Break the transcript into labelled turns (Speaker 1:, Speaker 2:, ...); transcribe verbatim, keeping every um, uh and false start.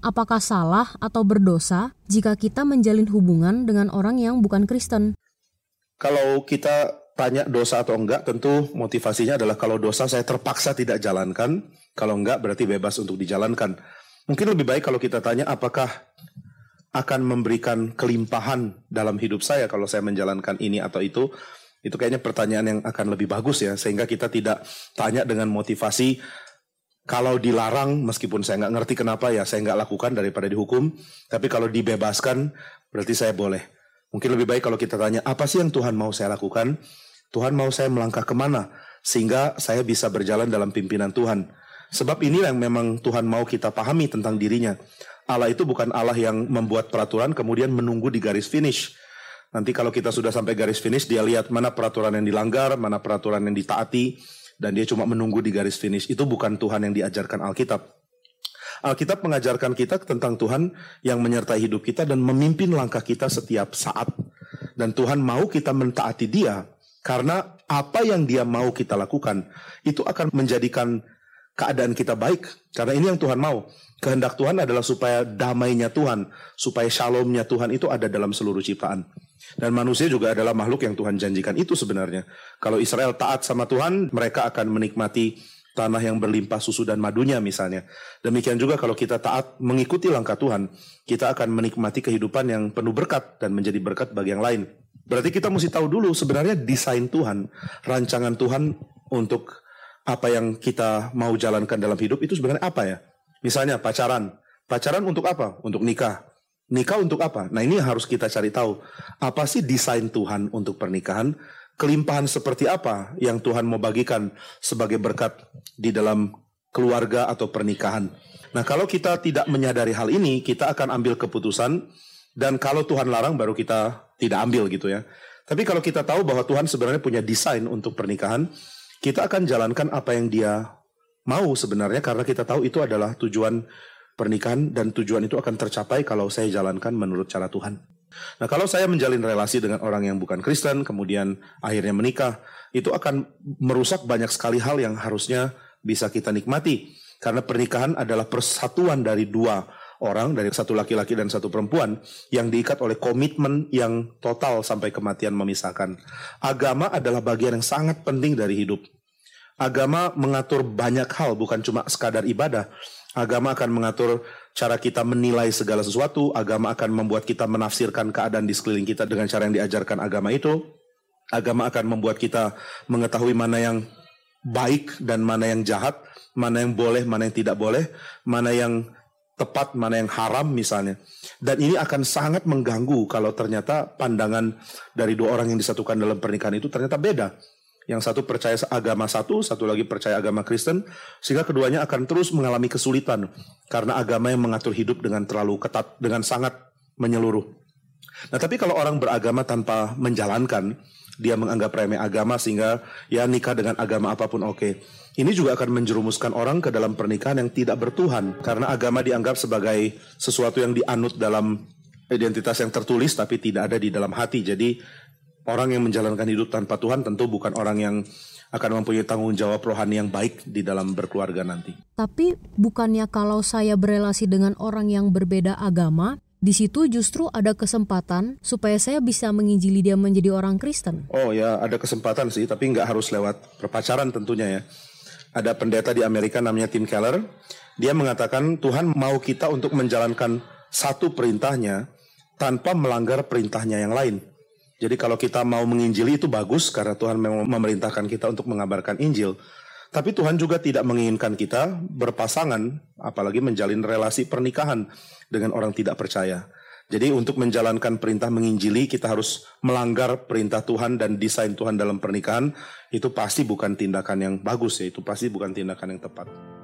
Speaker 1: apakah salah atau berdosa jika kita menjalin hubungan dengan orang yang bukan Kristen?
Speaker 2: Kalau kita tanya dosa atau enggak, tentu motivasinya adalah kalau dosa saya terpaksa tidak jalankan, kalau enggak berarti bebas untuk dijalankan. Mungkin lebih baik kalau kita tanya apakah akan memberikan kelimpahan dalam hidup saya kalau saya menjalankan ini atau itu. Itu kayaknya pertanyaan yang akan lebih bagus ya, sehingga kita tidak tanya dengan motivasi kalau dilarang, meskipun saya nggak ngerti kenapa ya saya nggak lakukan daripada dihukum, tapi kalau dibebaskan berarti saya boleh. Mungkin lebih baik kalau kita tanya apa sih yang Tuhan mau saya lakukan, Tuhan mau saya melangkah kemana sehingga saya bisa berjalan dalam pimpinan Tuhan. Sebab ini yang memang Tuhan mau kita pahami tentang dirinya. Allah itu bukan Allah yang membuat peraturan kemudian menunggu di garis finish. Nanti kalau kita sudah sampai garis finish, dia lihat mana peraturan yang dilanggar, mana peraturan yang ditaati, dan dia cuma menunggu di garis finish. Itu bukan Tuhan yang diajarkan Alkitab. Alkitab mengajarkan kita tentang Tuhan yang menyertai hidup kita dan memimpin langkah kita setiap saat. Dan Tuhan mau kita mentaati dia, karena apa yang dia mau kita lakukan, itu akan menjadikan keadaan kita baik. Karena ini yang Tuhan mau. Kehendak Tuhan adalah supaya damainya Tuhan, supaya shalomnya Tuhan itu ada dalam seluruh ciptaan. Dan manusia juga adalah makhluk yang Tuhan janjikan itu sebenarnya. Kalau Israel taat sama Tuhan, mereka akan menikmati tanah yang berlimpah susu dan madunya misalnya. Demikian juga kalau kita taat mengikuti langkah Tuhan, kita akan menikmati kehidupan yang penuh berkat dan menjadi berkat bagi yang lain. Berarti kita mesti tahu dulu sebenarnya desain Tuhan, rancangan Tuhan untuk apa yang kita mau jalankan dalam hidup itu sebenarnya apa ya? Misalnya pacaran. Pacaran untuk apa? Untuk nikah. Nikah untuk apa? Nah ini harus kita cari tahu. Apa sih desain Tuhan untuk pernikahan? Kelimpahan seperti apa yang Tuhan mau bagikan sebagai berkat di dalam keluarga atau pernikahan? Nah kalau kita tidak menyadari hal ini, kita akan ambil keputusan. Dan kalau Tuhan larang baru kita tidak ambil gitu ya. Tapi kalau kita tahu bahwa Tuhan sebenarnya punya desain untuk pernikahan, kita akan jalankan apa yang dia mau sebenarnya, karena kita tahu itu adalah tujuan pernikahan dan tujuan itu akan tercapai kalau saya jalankan menurut cara Tuhan. Nah kalau saya menjalin relasi dengan orang yang bukan Kristen, kemudian akhirnya menikah, itu akan merusak banyak sekali hal yang harusnya bisa kita nikmati. Karena pernikahan adalah persatuan dari dua orang, dari satu laki-laki dan satu perempuan, yang diikat oleh komitmen yang total sampai kematian memisahkan. Agama adalah bagian yang sangat penting dari hidup. Agama mengatur banyak hal, bukan cuma sekadar ibadah. Agama akan mengatur cara kita menilai segala sesuatu. Agama akan membuat kita menafsirkan keadaan di sekeliling kita dengan cara yang diajarkan agama itu. Agama akan membuat kita mengetahui mana yang baik dan mana yang jahat, mana yang boleh, mana yang tidak boleh, mana yang tepat, mana yang haram misalnya. Dan ini akan sangat mengganggu kalau ternyata pandangan dari dua orang yang disatukan dalam pernikahan itu ternyata beda. Yang satu percaya agama satu, satu lagi percaya agama Kristen, sehingga keduanya akan terus mengalami kesulitan karena agama yang mengatur hidup dengan terlalu ketat, dengan sangat menyeluruh. Nah tapi kalau orang beragama tanpa menjalankan, dia menganggap remeh agama sehingga ya nikah dengan agama apapun oke. Ini juga akan menjerumuskan orang ke dalam pernikahan yang tidak bertuhan, karena agama dianggap sebagai sesuatu yang dianut dalam identitas yang tertulis tapi tidak ada di dalam hati. Jadi orang yang menjalankan hidup tanpa Tuhan tentu bukan orang yang akan mempunyai tanggung jawab rohani yang baik di dalam berkeluarga nanti.
Speaker 1: Tapi bukannya kalau saya berelasi dengan orang yang berbeda agama, di situ justru ada kesempatan supaya saya bisa menginjili dia menjadi orang Kristen?
Speaker 2: Oh ya, ada kesempatan sih, tapi nggak harus lewat perpacaran tentunya ya. Ada pendeta di Amerika namanya Tim Keller. Dia mengatakan Tuhan mau kita untuk menjalankan satu perintahnya tanpa melanggar perintahnya yang lain. Jadi kalau kita mau menginjili itu bagus karena Tuhan memang memerintahkan kita untuk mengabarkan Injil. Tapi Tuhan juga tidak menginginkan kita berpasangan, apalagi menjalin relasi pernikahan dengan orang tidak percaya. Jadi untuk menjalankan perintah menginjili, kita harus melanggar perintah Tuhan dan desain Tuhan dalam pernikahan. Itu pasti bukan tindakan yang bagus ya, itu pasti bukan tindakan yang tepat.